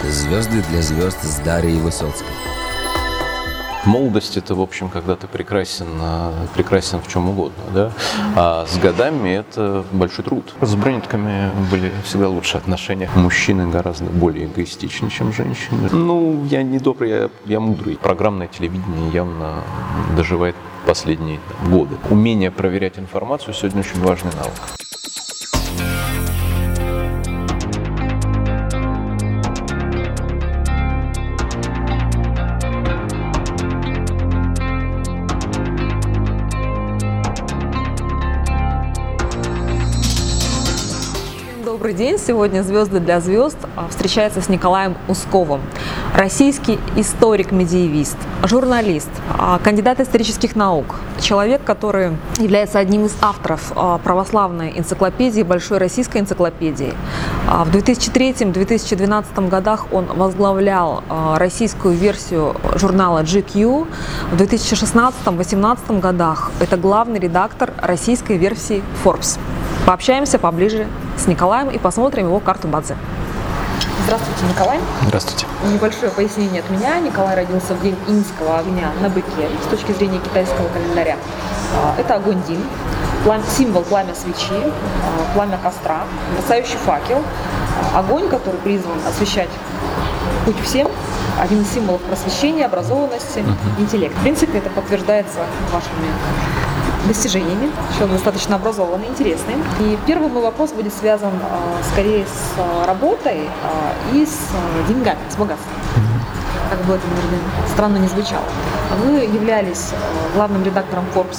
Звезды для звезд с Дарьей Высоцкой. Молодость – это, в общем, когда ты прекрасен в чем угодно, да? А с годами это большой труд. С брюнетками были всегда лучшие отношения. Мужчины гораздо более эгоистичны, чем женщины. Я не добрый, я мудрый. Программное телевидение явно доживает последние годы. Умение проверять информацию сегодня очень важный навык. Добрый день! Сегодня «Звезды для звезд» встречается с Николаем Усковым. Российский историк-медиевист, журналист, кандидат исторических наук. Человек, который является одним из авторов православной энциклопедии, Большой российской энциклопедии. В 2003-2012 годах он возглавлял российскую версию журнала GQ. В 2016-2018 годах это главный редактор российской версии Forbes. Пообщаемся поближе с Николаем и посмотрим его карту Бадзе. Здравствуйте, Николай. Здравствуйте. Небольшое пояснение от меня. Николай родился в день иньского огня на быке с точки зрения китайского календаря. Это огонь Дин, символ пламя свечи, пламя костра, мерцающий факел. Огонь, который призван освещать путь всем, один из символов просвещения, образованности, интеллекта. В принципе, это подтверждается вашими достижениями, человек достаточно образованный, интересный. И первый мой вопрос будет связан скорее с работой и с деньгами, с богатством. Как бы это, наверное, странно не звучало. Вы являлись главным редактором Forbes.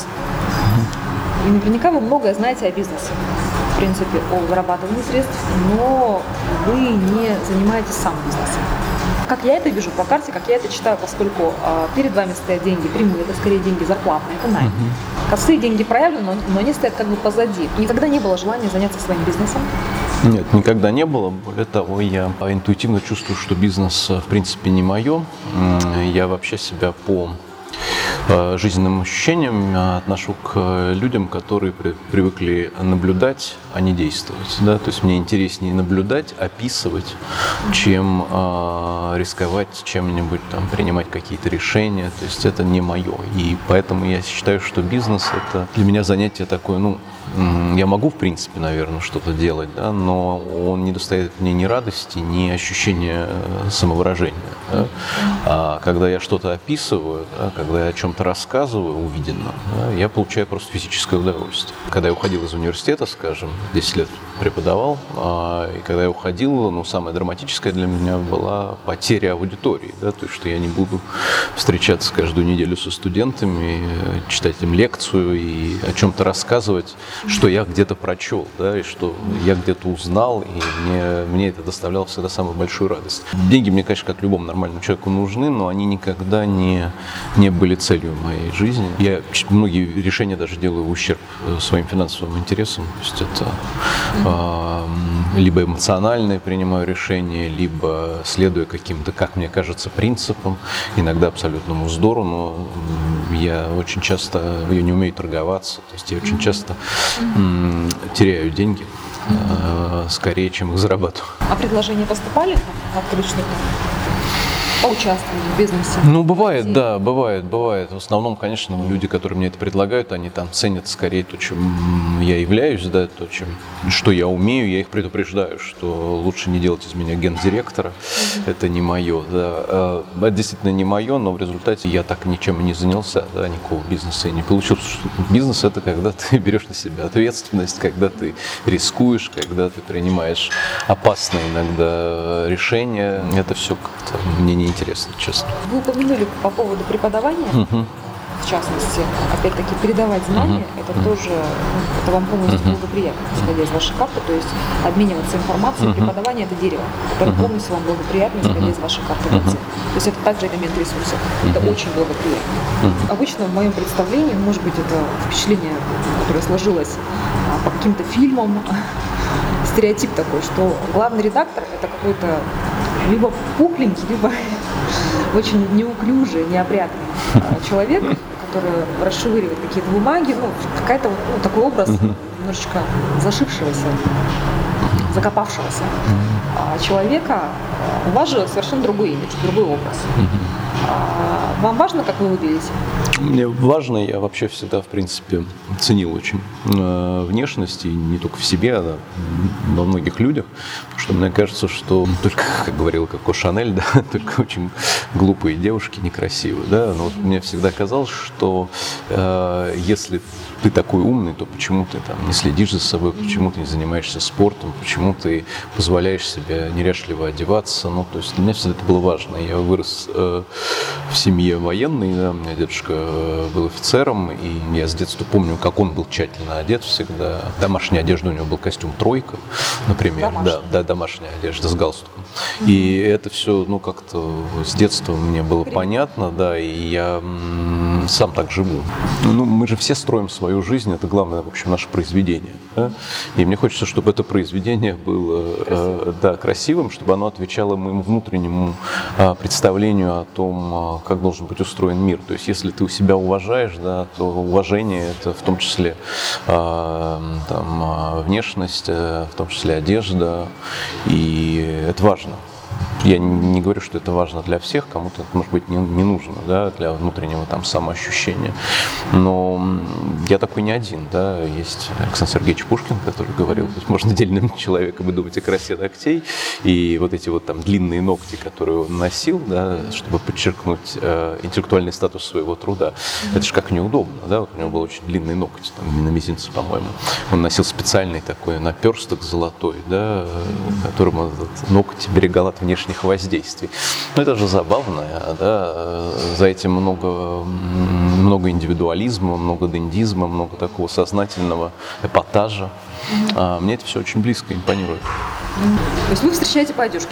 И наверняка вы многое знаете о бизнесе. В принципе, о зарабатывании средств, но вы не занимаетесь сам бизнесом. Как я это вижу по карте, как я это читаю, поскольку перед вами стоят деньги прямые, это скорее деньги зарплатные, это найм. Косые деньги проявлены, но они стоят как бы позади. Никогда не было желания заняться своим бизнесом? Нет, никогда не было. Более того, я интуитивно чувствую, что бизнес в принципе не мое. Я вообще себя по жизненным ощущениям отношу к людям, которые привыкли наблюдать, а не действовать. Да? То есть мне интереснее наблюдать, описывать, чем рисковать чем-нибудь, принимать какие-то решения. То есть это не мое. И поэтому я считаю, что бизнес – это для меня занятие такое, я могу, в принципе, наверное, что-то делать, да, но он не доставляет мне ни радости, ни ощущения самовыражения. Да. А когда я что-то описываю, да, когда я о чем-то рассказываю увиденно, да, я получаю просто физическое удовольствие. Когда я уходил из университета, скажем, 10 лет преподавал, и когда я уходил, самое драматическое для меня была потеря аудитории, да, то есть что я не буду встречаться каждую неделю со студентами, читать им лекцию и о чем-то рассказывать, что я где-то прочел, да, и что я где-то узнал, и мне это доставляло всегда самую большую радость. Деньги мне, конечно, как любому нормальному человеку нужны, но они никогда не были целью моей жизни. Я многие решения даже делаю в ущерб своим финансовым интересам, то есть это либо эмоциональное принимаю решение, либо следуя каким-то, как мне кажется, принципам, иногда абсолютному вздору, но я очень часто не умею торговаться, то есть я очень часто теряю деньги скорее, чем их зарабатываю. А предложения поступали от рыночных? Поучаствовать в бизнесе? Бывает, да, бывает. В основном, конечно, люди, которые мне это предлагают, они ценят скорее то, чем я являюсь, да, что я умею, я их предупреждаю, что лучше не делать из меня гендиректора, это не мое, да. Это действительно не мое, но в результате я так ничем и не занялся, да, никакого бизнеса я не получил. Бизнес – это когда ты берешь на себя ответственность, когда ты рискуешь, когда ты принимаешь опасные иногда решения, это все как-то мне не интересно, честно. Вы упомянули по поводу преподавания, в частности, опять-таки передавать знания, это тоже, это вам полностью благоприятно, исходя из вашей карты, то есть обмениваться информацией, преподавание – это дерево, которое полностью вам благоприятно, исходя из вашей карты. То есть это также элемент ресурсов, это очень благоприятно. Обычно в моем представлении, может быть, это впечатление, которое сложилось по каким-то фильмам, стереотип такой, что главный редактор – это какой-то либо пухленький, либо очень неуклюжий, неопрятный человек, который расшвыривает какие-то бумаги, какой-то такой образ немножечко зашившегося, закопавшегося человека, у вас же совершенно другой имидж, другой образ. Вам важно, как вы выглядите? Мне важно, я вообще всегда, в принципе, ценил очень внешность, и не только в себе, а во многих людях, потому что мне кажется, что только, как говорила Коко Шанель, да, только очень глупые девушки некрасивые, да, но вот мне всегда казалось, что если ты такой умный, то почему ты там не следишь за собой, почему ты не занимаешься спортом, почему ты позволяешь себе неряшливо одеваться, ну, то есть для меня всегда это было важно. Я вырос в семье военной, да, у меня дедушка был офицером, и я с детства помню, как он был тщательно одет всегда. Домашняя одежда у него был костюм «тройка», например, да, домашняя одежда с галстуком. И это все, ну, как-то с детства мне было понятно, да, и я сам так живу. Ну, мы же все строим свою жизнь, это главное, в общем, наше произведение. Да? И мне хочется, чтобы это произведение было красивым, чтобы оно отвечало моему внутреннему представлению о том, как должен быть устроен мир. То есть, если ты себя уважаешь, да, то уважение – это в том числе внешность, в том числе одежда, и это важно. Я не говорю, что это важно для всех, кому-то это, может быть, не нужно, да, для внутреннего там самоощущения. Но я такой не один, да. Есть Александр Сергеевич Пушкин, который говорил, то есть можно отдельным человеком и думать о красе ногтей, и вот эти вот там длинные ногти, которые он носил, да, чтобы подчеркнуть интеллектуальный статус своего труда. Это же как неудобно, да, вот у него был очень длинный ноготь, там, на мизинце, по-моему. Он носил специальный такой наперсток золотой, да, которым этот ноготь берегал от внешних воздействий. Но это же забавно, да? За этим много индивидуализма, много дендизма, много такого сознательного эпатажа. Мне это все очень близко импонирует. То есть вы встречаете по одежке?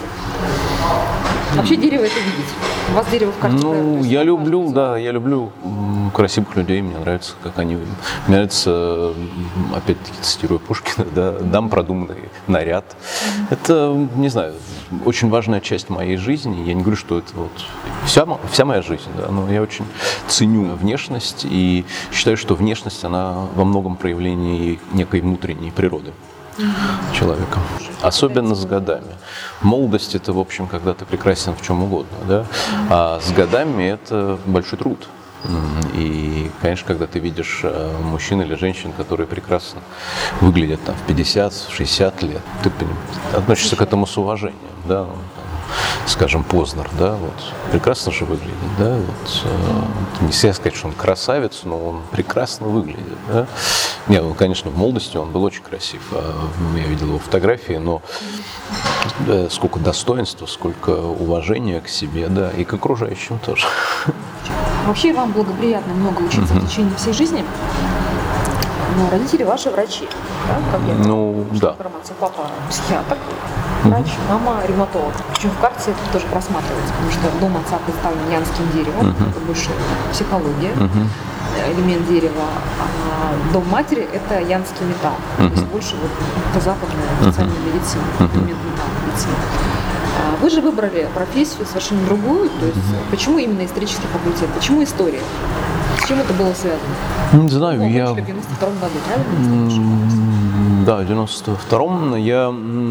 Вообще дерево это видеть? У вас дерево в картине? Ну, я люблю красивых людей, мне нравится, как они... Мне нравится, опять-таки, цитируя Пушкина, да, дам продуманный наряд. Это, не знаю, очень важная часть моей жизни. Я не говорю, что это вот вся моя жизнь, да, но я очень ценю внешность и считаю, что внешность, она во многом проявление некой внутренней природы человека. Особенно с годами. Молодость – это, в общем, когда ты прекрасен в чем угодно, да? А с годами это большой труд. И, конечно, когда ты видишь мужчин или женщин, которые прекрасно выглядят там, в 50-60 лет, ты относишься к этому с уважением, да? Скажем, Познер, да, вот, прекрасно же выглядит, да, вот, нельзя сказать, что он красавец, но он прекрасно выглядит, да. Нет, ну, конечно, в молодости он был очень красив, я видел его фотографии, но сколько достоинства, сколько уважения к себе, да, и к окружающим тоже. Вообще вам благоприятно много учиться в течение всей жизни? Но родители ваши врачи, да, как я информация. Папа психиатр, врач, мама ревматолог. Причем в карте это тоже просматривается, потому что дом отца представлен янским деревом, это больше психология, элемент дерева, а дом матери это янский металл, то есть больше вот это западная официальная медицина, элемент металла медицины. Вы же выбрали профессию совершенно другую, то есть почему именно исторический факультет, почему история? С чем это было связано? Не знаю, я... В 92-м году, правильно? Да, в 92-м я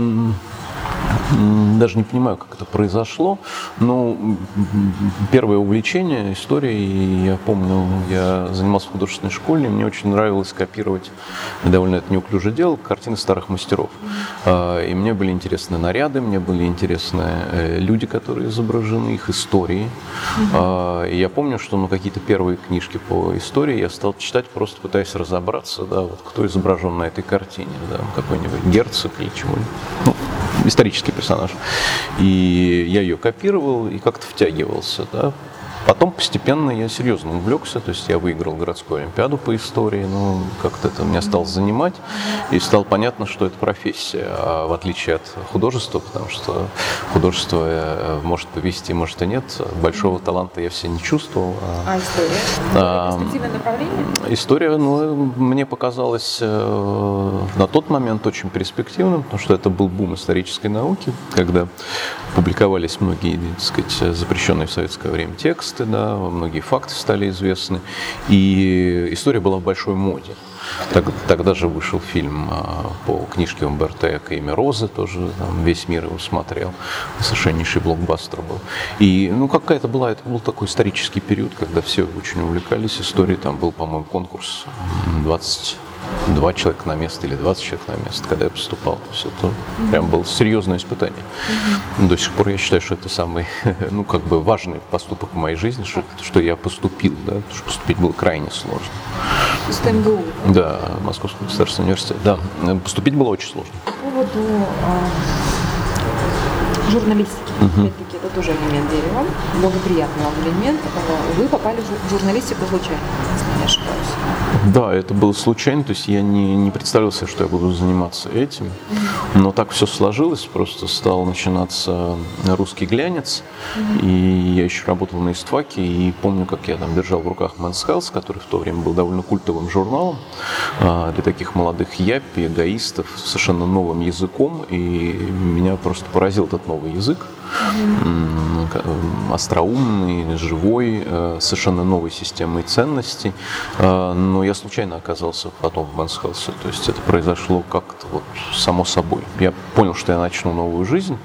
даже не понимаю, как это произошло, но первое увлечение историей, я помню, я занимался в художественной школе, мне очень нравилось копировать, довольно это неуклюже делал, картины старых мастеров. И мне были интересны наряды, мне были интересны люди, которые изображены, их истории. И я помню, что какие-то первые книжки по истории я стал читать, просто пытаясь разобраться, да, вот, кто изображен на этой картине, да, какой-нибудь герцог или чего-нибудь. Исторический персонаж. И я ее копировал и как-то втягивался, да. Потом постепенно я серьезно увлекся, то есть я выиграл городскую олимпиаду по истории, но как-то это меня стало занимать, и стало понятно, что это профессия, в отличие от художества, потому что художество может повести, может и нет, большого таланта я все не чувствовал. А история? Перспективное направление? История, мне показалась на тот момент очень перспективным, потому что это был бум исторической науки, когда публиковались многие, так сказать, запрещенные в советское время тексты, журналисты, да, многие факты стали известны, и история была в большой моде. Тогда же вышел фильм по книжке Умберто Эко «Имя Розы», тоже там, весь мир его смотрел, совершеннейший блокбастер был. И это был такой исторический период, когда все очень увлекались историей, там был, по-моему, конкурс 22 человека на место или 20 человек на место, когда я поступал. То есть это прям было серьезное испытание. До сих пор я считаю, что это самый важный поступок в моей жизни, что я поступил, да, потому что поступить было крайне сложно. То есть МГУ? Да, Московский государственный университет. Да, поступить было очень сложно. По поводу журналистики, опять-таки, это тоже элемент дерева, благоприятный вам элемент. Вы попали в журналистику случайно, если не ошибаюсь. Да, это было случайно, то есть я не представлял себе, что я буду заниматься этим, но так все сложилось, просто стал начинаться русский глянец, и я еще работал на истфаке, и помню, как я там держал в руках Men's Health, который в то время был довольно культовым журналом для таких молодых яппи, эгоистов, совершенно новым языком, и меня просто поразил этот новый язык. Остроумный, живой, совершенно новой системой ценностей. Но я случайно оказался потом в Men's Health, то есть это произошло как-то вот само собой. Я понял, что я начну новую жизнь.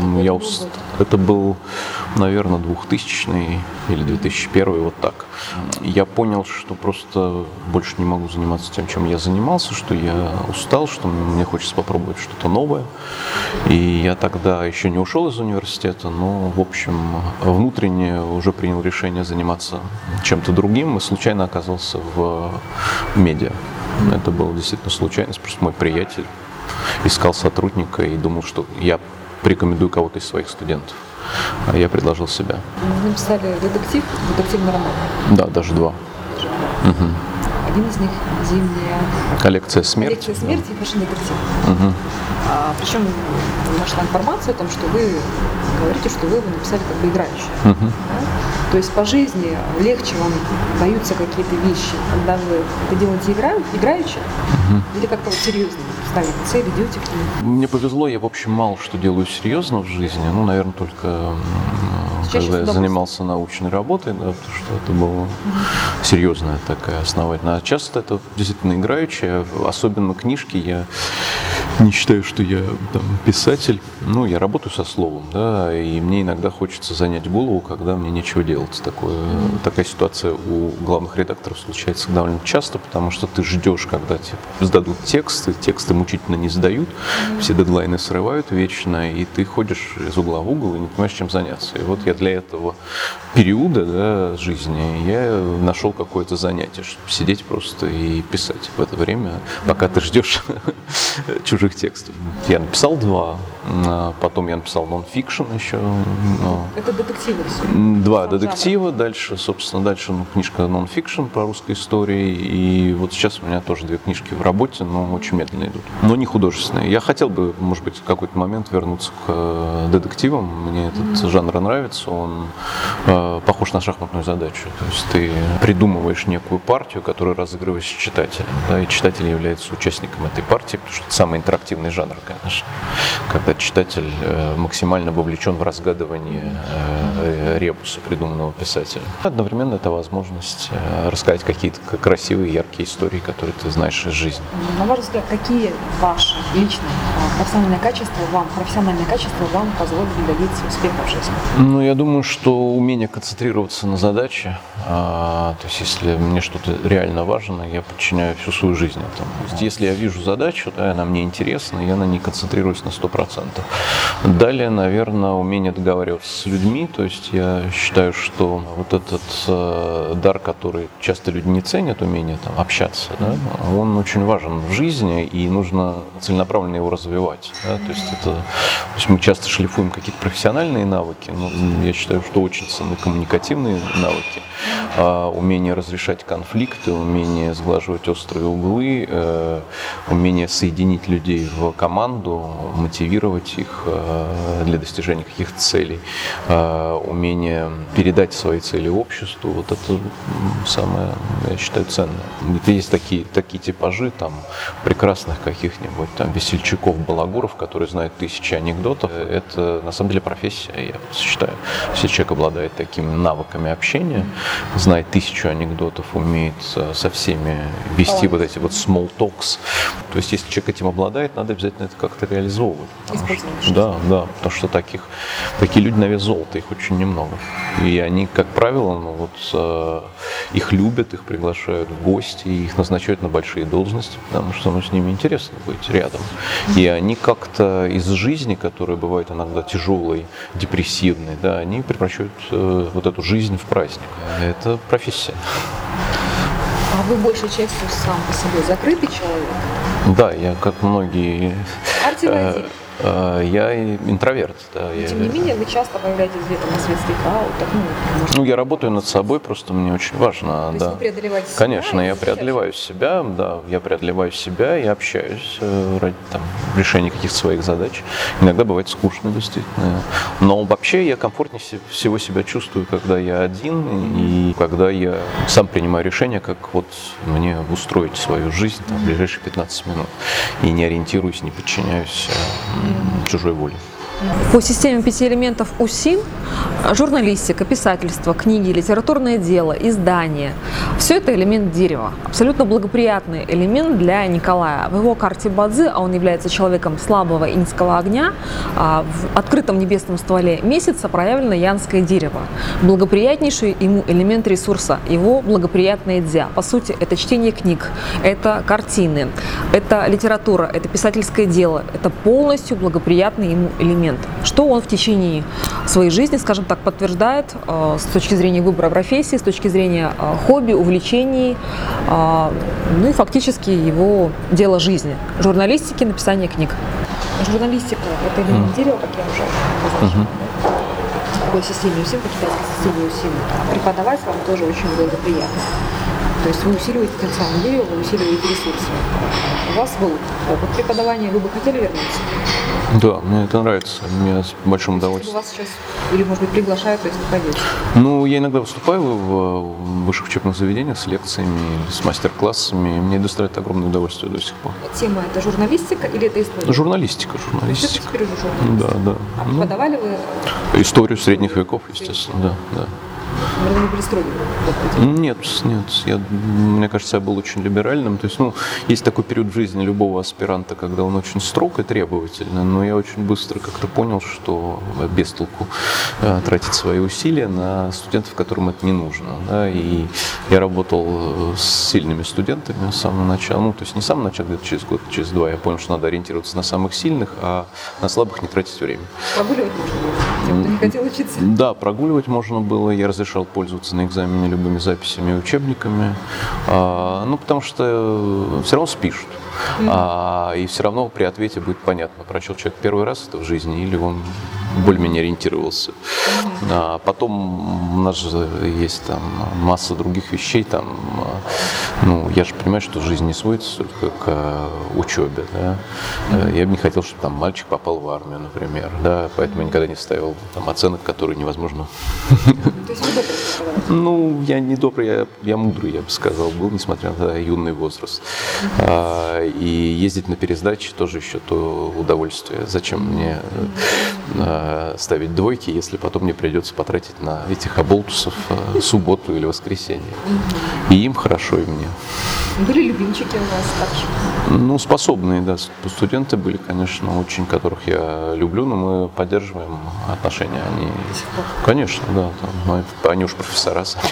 Это был, наверное, 2000 или 2001, вот так. Я понял, что просто больше не могу заниматься тем, чем я занимался, что я устал, что мне хочется попробовать что-то новое. И я тогда еще не ушел из университета, но, в общем, внутренне уже принял решение заниматься чем-то другим и случайно оказался в медиа. Это было действительно случайность, просто мой приятель искал сотрудника и думал, что я порекомендую кого-то из своих студентов. А я предложил себя. Вы написали детективный роман? Да, даже 2. Один из них «Зимняя коллекция смерти». Коллекция смерти и «Фэшн детектив». Причем нашла информацию о том, что вы говорите, что вы его написали как бы играючи. Да? То есть по жизни легче вам даются какие-то вещи, когда вы это делаете играючи, или как-то вот серьезно ставите цель, идете к ним? Мне повезло, я, в общем, мало что делаю серьезно в жизни. Наверное, только когда я занимался научной работой, да, потому что это была серьезная такая основательная. А часто это действительно играючи, особенно книжки. Я не считаю, что я там писатель. Я работаю со словом, да, и мне иногда хочется занять голову, когда мне нечего делать. Такая ситуация у главных редакторов случается довольно часто, потому что ты ждешь, когда тебе сдадут тексты мучительно не сдают, все дедлайны срывают вечно, и ты ходишь из угла в угол и не понимаешь, чем заняться. И вот я для этого периода, да, жизни я нашел какое-то занятие, чтобы сидеть просто и писать в это время, пока ты ждешь чужих текстов. Я написал 2, потом я написал нон-фикшн еще. Это детективы все? 2 детектива, дальше книжка нон-фикшн про русской истории, и вот сейчас у меня тоже 2 книжки в работе, но очень медленно идут, но не художественные. Я хотел бы, может быть, в какой-то момент вернуться к детективам, мне этот жанр нравится, он похож на шахматную задачу, то есть ты придумываешь некую партию, которую разыгрываешь с читателем, да, и читатель является участником этой партии, потому что это самый интерактивный жанр, конечно, когда читатель максимально вовлечен в разгадывание ребуса придуманного писателя. Одновременно это возможность рассказать какие-то красивые, яркие истории, которые ты знаешь из жизни. На ваш взгляд, какие ваши личные профессиональные качества вам позволили добиться успеха в жизни? Я думаю, что умение концентрироваться на задаче, то есть если мне что-то реально важно, я подчиняю всю свою жизнь этому. То есть если я вижу задачу, да, она мне интересна, я на ней концентрируюсь на 100%. Далее, наверное, умение договариваться с людьми, то есть я считаю, что вот этот дар, который часто люди не ценят, умение там общаться, да, он очень важен в жизни, и нужно целенаправленно его развивать. Да, то есть мы часто шлифуем какие-то профессиональные навыки, но я считаю, что очень ценны коммуникативные навыки, умение разрешать конфликты, умение сглаживать острые углы, умение соединить людей в команду, мотивировать их для достижения каких-то целей, умение передать свои цели обществу, вот это самое, я считаю, ценное. Есть такие типажи там прекрасных каких-нибудь там Весельчаков, балагуров, который знает тысячи анекдотов. Это на самом деле профессия, я считаю. Если человек обладает такими навыками общения, знает тысячу анекдотов, умеет со всеми вести вот эти вот small talks. То есть если человек этим обладает, надо обязательно это как-то реализовывать. Да, потому что такие люди на вес золота, их очень немного. И они, как правило, их любят, их приглашают в гости, их назначают на большие должности, потому что с ними интересно быть рядом. И они как-то из жизни, которая бывает иногда тяжелой, депрессивной, да, они превращают вот эту жизнь в праздник. Это профессия. А вы большей частью сам по себе закрытый человек? Да, я, как многие... Артиллерий. Я интроверт, да. Тем не менее, вы часто появляетесь где-то на светских аутах. Я работаю над собой, просто мне очень важно. То есть вы преодолеваете себя? Конечно, я преодолеваю себя, да, и общаюсь ради решения каких-то своих задач. Иногда бывает скучно, действительно. Но вообще я комфортнее всего себя чувствую, когда я один, и когда я сам принимаю решение, как мне устроить свою жизнь в ближайшие 15 минут. И не ориентируюсь, не подчиняюсь чужой воле. По системе 5 элементов УСИН – журналистика, писательство, книги, литературное дело, издание – все это элемент дерева. Абсолютно благоприятный элемент для Николая. В его карте Бадзи, а он является человеком слабого иньского огня, в открытом небесном стволе месяца проявлено янское дерево. Благоприятнейший ему элемент ресурса – его благоприятная дзя. По сути, это чтение книг, это картины, это литература, это писательское дело, это полностью благоприятный ему элемент. Что он в течение своей жизни, скажем так, подтверждает с точки зрения выбора профессии, с точки зрения хобби, увлечений, и фактически его дело жизни. Журналистики, написание книг. Журналистика – это элемент дерева, как я уже обозначила. В такой системе УСИН, по китайской системе УСИН, преподавать вам тоже очень благоприятно. То есть вы усиливаете тем самым дерево, вы усиливаете ресурсы. У вас был опыт преподавания, вы бы хотели вернуться? Да, мне это нравится, мне с большим удовольствием. Вас сейчас, или, может быть, приглашают, то есть не пойдете? Я иногда выступаю в высших учебных заведениях с лекциями, с мастер-классами, и мне доставляет огромное удовольствие до сих пор. Тема – это журналистика или это история? Журналистика. Теперь уже журналистика. Да. А преподавали вы? Историю средних веков, естественно, да. Наверное, вы были строгим? Нет. Мне кажется, я был очень либеральным. То есть, есть такой период в жизни любого аспиранта, когда он очень строг и требовательный, но я очень быстро как-то понял, что без толку тратить свои усилия на студентов, которым это не нужно. Да? И я работал с сильными студентами с самого начала. То есть не с самого начала, где-то через год, через два я понял, что надо ориентироваться на самых сильных, а на слабых не тратить время. Прогуливать можно было? Тем, кто не хотел учиться? Да, прогуливать можно было. Я разрешал пользоваться на экзамене любыми записями и учебниками, потому что все равно спишут. И все равно при ответе будет понятно, прочел человек первый раз это в жизни или он более-менее ориентировался. Потом у нас же есть масса других вещей. Я же понимаю, что жизнь не сводится только к учебе. Да? Я бы не хотел, чтобы мальчик попал в армию, например. Да? Поэтому я никогда не ставил оценок, которые невозможно. То есть вы добрый? Я не добрый, я мудрый, я бы сказал, был, несмотря на юный возраст. И ездить на пересдачи тоже еще то удовольствие. Зачем мне ставить двойки, если потом мне придется потратить на этих оболтусов субботу или воскресенье. И им хорошо, и мне. Были любимчики у вас старшие? Способные, да, студенты были, конечно, очень, которых я люблю, но мы поддерживаем отношения. Конечно, да, они уж профессора сами.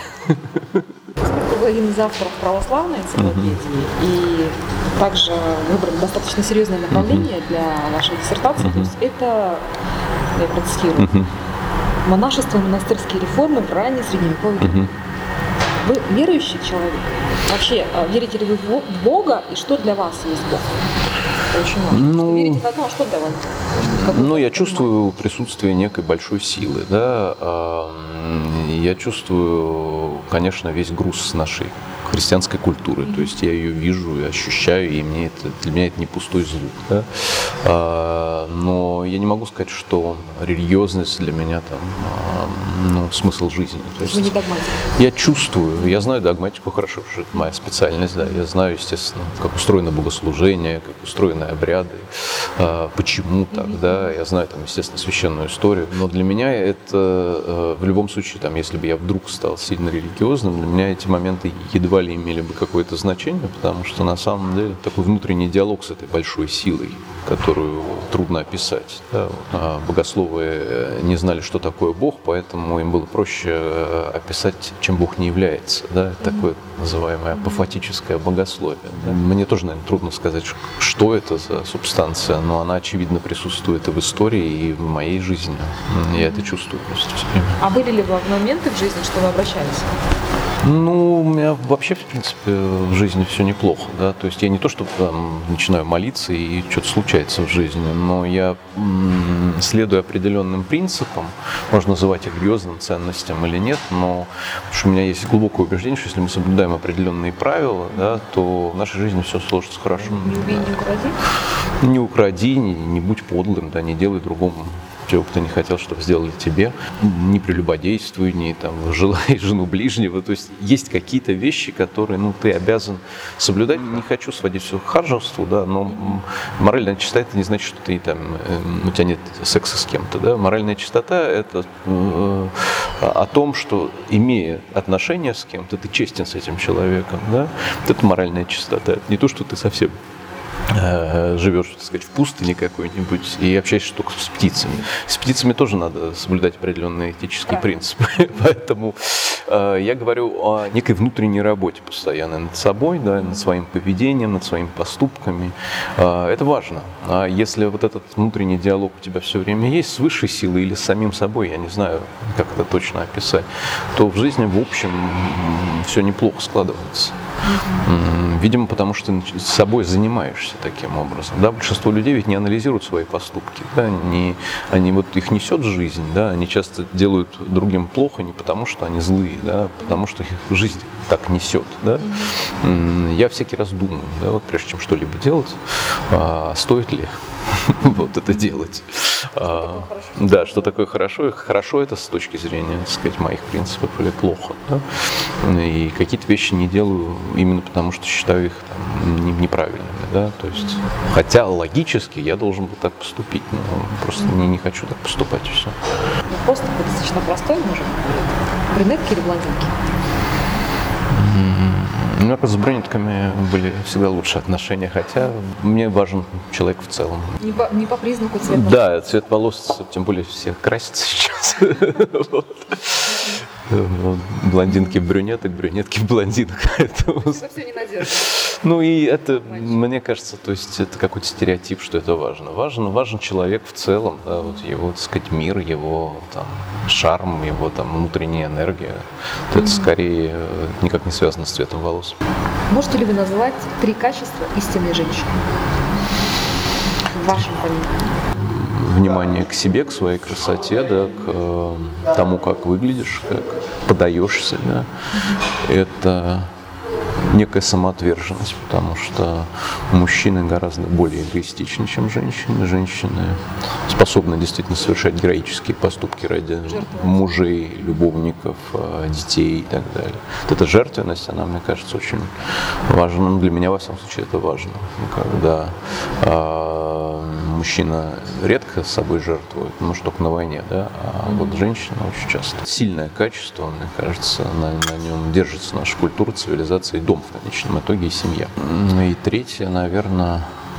Вы один из авторов православной энциклопедии и также выбрали достаточно серьезное направление для вашей диссертации. То есть это, я процитирую, монашество и монастырские реформы в ранней средневековье. Вы верующий человек? Вообще, верите ли вы в Бога и что для вас есть Бог? Это очень важно. Вы верите в одно, а что для вас? Я чувствую присутствие некой большой силы, да. Я чувствую, конечно, весь груз нашей христианской культуры, то есть я ее вижу и ощущаю, и для меня это не пустой звук, да? Но я не могу сказать, что религиозность для меня смысл жизни. То есть вы не догматик? Я чувствую, я знаю догматику хорошо, потому что это моя специальность, да, я знаю, естественно, как устроено богослужение, как устроены обряды, почему так, да, я знаю там, естественно, священную историю, но для меня это в любом случае, там, если бы я вдруг стал сильно религиозным, для меня эти моменты едва ли имели бы какое-то значение, потому что на самом деле такой внутренний диалог с этой большой силой, которую трудно описать. Да. Богословы не знали, что такое Бог, поэтому им было проще описать, чем Бог не является. Да. Такое называемое апофатическое богословие. Да. Мне тоже, наверное, трудно сказать, что это за субстанция, но она, очевидно, присутствует и в истории, и в моей жизни. Я это чувствую просто все время. А были ли моменты в жизни, что вы обращались? Ну, у меня вообще, в принципе, в жизни все неплохо, да, то есть я не то, что там начинаю молиться и что-то случается в жизни, но я следую определенным принципам, можно называть их религиозным ценностям или нет, но потому что у меня есть глубокое убеждение, что если мы соблюдаем определенные правила, да, то в нашей жизни все сложится хорошо. Не убей, не укради? Не укради, не будь подлым, да, не делай другому чего бы ты не хотел, чтобы сделали тебе, не прелюбодействуй, не там, желай жену ближнего. То есть есть какие-то вещи, которые ты обязан соблюдать. Не хочу сводить все к ханжеству, да, но моральная чистота это не значит, что ты там, у тебя нет секса с кем-то. Да. Моральная чистота это о том, что имея отношения с кем-то, ты честен с этим человеком. Да. Это моральная чистота. Это не то, что ты совсем живешь, так сказать, в пустыне какой-нибудь и общаешься только с птицами. С птицами тоже надо соблюдать определенные этические принципы. Поэтому я говорю о некой внутренней работе постоянно над собой, да, над своим поведением, над своими поступками. Это важно. А если вот этот внутренний диалог у тебя все время есть с высшей силой или с самим собой, я не знаю, как это точно описать, то в жизни, в общем, все неплохо складывается. Видимо, потому что ты с собой занимаешься таким образом. Да? Большинство людей ведь не анализируют свои поступки. Да? Они вот их несет жизнь, да? Они часто делают другим плохо не потому, что они злые, да? Потому что их жизнь так несет. Да? Я всякий раз думаю, да? Вот прежде чем что-либо делать, стоит ли вот это делать. Да, что такое хорошо? Хорошо это с точки зрения, так сказать, моих принципов или плохо. Да? И какие-то вещи не делаю именно потому, что считаю их там, неправильными. Да? То есть, хотя логически я должен был так поступить, но просто не хочу так поступать и все. Просто достаточно простой мужик. Брюнетки или блондинки? У меня с брюнетками были всегда лучшие отношения, хотя мне важен человек в целом. Не по признаку цвета волос? Да, цвет волос, тем более все красятся сейчас. Блондинки в брюнеток, брюнетки в блондинок. Это все ненадежно. Ну и это, мне кажется, то есть это какой-то стереотип, что это важно. Важен человек в целом, да, вот его, так сказать, мир, его там шарм, его там внутренняя энергия. Это скорее никак не связано с цветом волос. Можете ли вы назвать 3 качества истинной женщины в вашем понимании? Внимание к себе, к своей красоте, да, к тому, как выглядишь, как подаешься. Да. Это некая самоотверженность, потому что мужчины гораздо более эгоистичны, чем женщины. Женщины способны действительно совершать героические поступки ради мужей, любовников, детей и так далее. Вот эта жертвенность, она, мне кажется, очень важна. Ну, для меня, во всяком случае, это важно. Когда мужчина редко с собой жертвует, может, только на войне, да, а вот женщина очень часто. Сильное качество, мне кажется, на нем держится наша культура, цивилизация и дом в конечном итоге, и семья. И третье, наверное,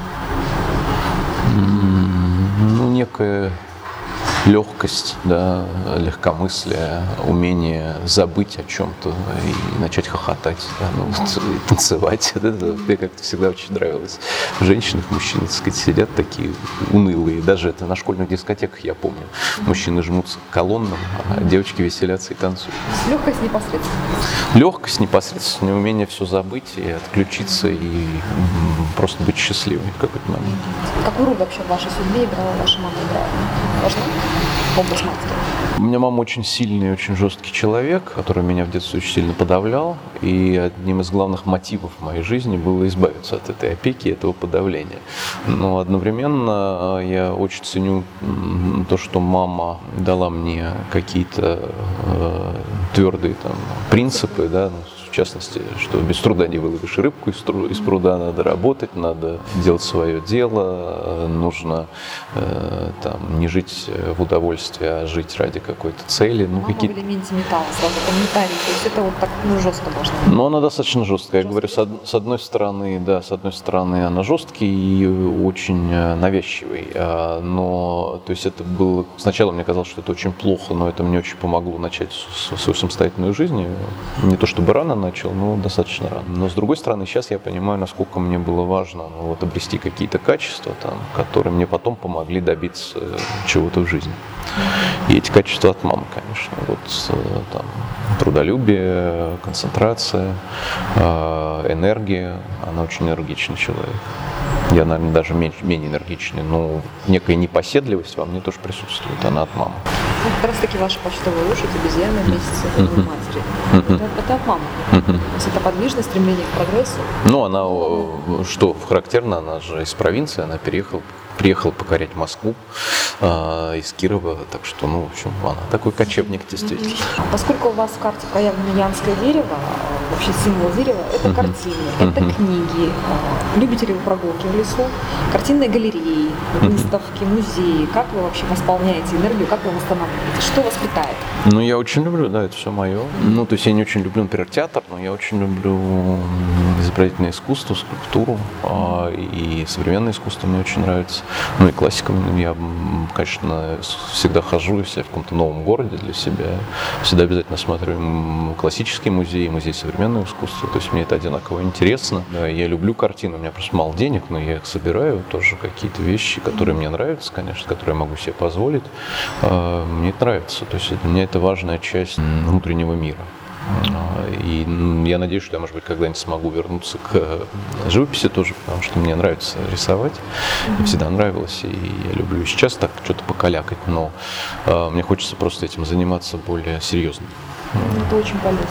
некая легкость, да, легкомыслие, умение забыть о чем-то и начать хохотать, да, и танцевать. Это мне как-то всегда очень нравилось. Женщины, мужчины, так сказать, сидят такие унылые. Даже это на школьных дискотеках, я помню. Мужчины жмутся к колоннам, а девочки веселятся и танцуют. Легкость, непосредственность. Легкость, непосредственность, умение все забыть и отключиться, и просто быть счастливой в какой-то момент. Какую роль вообще в вашей судьбе играла ваша мама? Важно? Образ матери. У меня мама очень сильный и очень жесткий человек, который меня в детстве очень сильно подавлял. И одним из главных мотивов в моей жизни было избавиться от этой опеки, этого подавления. Но одновременно я очень ценю то, что мама дала мне какие-то твердые там принципы, да, в частности, что без труда не выловишь рыбку из пруда, надо работать, надо делать свое дело, нужно там, не жить в удовольствии, а жить ради какой-то цели. Ну, в элементе металла сразу комментарий, то есть это вот так жестко должно быть. Ну, она достаточно жесткая. Я говорю, с одной стороны, она жесткий и очень навязчивый. Но, то есть это было... Сначала мне казалось, что это очень плохо, но это мне очень помогло начать свою самостоятельную жизнь. Не то чтобы рано начал, но достаточно рано. Но, с другой стороны, сейчас я понимаю, насколько мне было важно обрести какие-то качества, которые мне потом помогли добиться чего-то в жизни. И эти качества от мамы, конечно. Трудолюбие, концентрация, энергия. Она очень энергичный человек. Я, наверное, даже менее энергичный, но некая непоседливость во мне тоже присутствует, она от мамы. Ну, как раз таки ваша почтовая лошадь, обезьяна месяца матери. Это от мамы. То есть это подвижность, стремление к прогрессу. Ну, она, что характерно, она же из провинции, она приехала покорять Москву из Кирова, так что, в общем, она такой кочевник, действительно. Поскольку у вас в карте проявлено янское дерево, вообще символ дерева, это картины, это книги, любите ли вы прогулки в лесу, картинные галереи, выставки, музеи, как вы вообще восполняете энергию, как вы восстанавливаете, что вас питает? Ну, я очень люблю, да, это все мое. То есть я не очень люблю, например, театр, но я очень люблю изобразительное искусство, скульптуру, и современное искусство мне очень нравится. И классиком я, конечно, всегда хожу, если я в каком-то новом городе для себя. Всегда обязательно смотрю классические музеи, музей современного искусства. То есть мне это одинаково интересно. Я люблю картины, у меня просто мало денег, но я их собираю. Тоже какие-то вещи, которые мне нравятся, конечно, которые я могу себе позволить. Мне это нравится. То есть для меня это важная часть внутреннего мира. И я надеюсь, что я, может быть, когда-нибудь смогу вернуться к живописи тоже, потому что мне нравится рисовать. Мне всегда нравилось, и я люблю сейчас так что-то покалякать, но мне хочется просто этим заниматься более серьезно. Это очень полезно.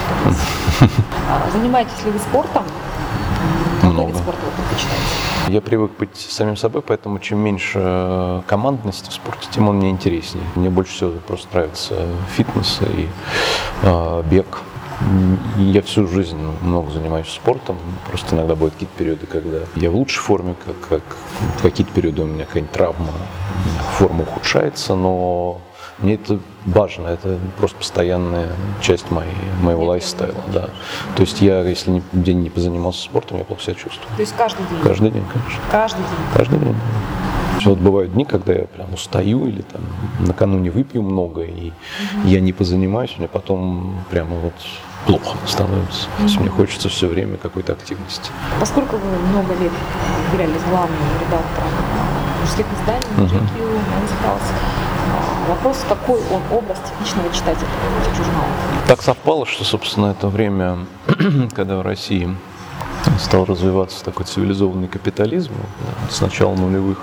Занимаетесь ли вы спортом? Много. Какой вид спорта вы предпочитаете? Я привык быть самим собой, поэтому чем меньше командности в спорте, тем он мне интереснее. Мне больше всего просто нравится фитнес и бег. Я всю жизнь много занимаюсь спортом. Просто иногда бывают какие-то периоды, когда я в лучшей форме, как в какие-то периоды у меня какая-нибудь травма, форма ухудшается, но мне это важно, это просто постоянная часть моего лайфстайла. Да. То есть я, если день не позанимался спортом, я плохо себя чувствую. То есть каждый день? Каждый день, конечно. Каждый день? Каждый день. Вот бывают дни, когда я прям устаю или там накануне выпью много, и я не позанимаюсь, мне потом прямо плохо становится. То есть мне хочется все время какой-то активности. Поскольку вы много лет являлись главным редактором мужских изданий, GQ, Men's Health, вопрос, какой он образ типичного читателя этих журналов? Так совпало, что, собственно, это время, когда в России стал развиваться такой цивилизованный капитализм с начала нулевых,